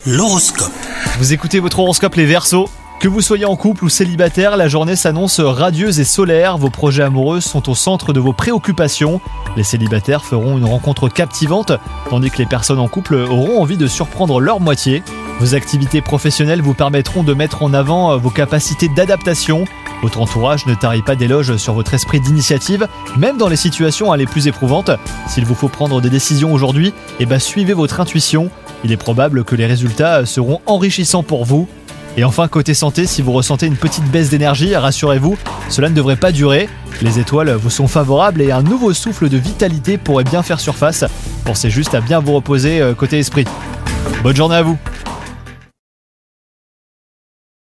L'horoscope. Vous écoutez votre horoscope les Verseaux. Que vous soyez en couple ou célibataire, la journée s'annonce radieuse et solaire. Vos projets amoureux sont au centre de vos préoccupations. Les célibataires feront une rencontre captivante, tandis que les personnes en couple auront envie de surprendre leur moitié. Vos activités professionnelles vous permettront de mettre en avant vos capacités d'adaptation. Votre entourage ne tarit pas d'éloges sur votre esprit d'initiative, même dans les situations les plus éprouvantes. S'il vous faut prendre des décisions aujourd'hui, suivez votre intuition. Il est probable que les résultats seront enrichissants pour vous. Et enfin, côté santé, si vous ressentez une petite baisse d'énergie, rassurez-vous, cela ne devrait pas durer. Les étoiles vous sont favorables et un nouveau souffle de vitalité pourrait bien faire surface. Pensez juste à bien vous reposer côté esprit. Bonne journée à vous!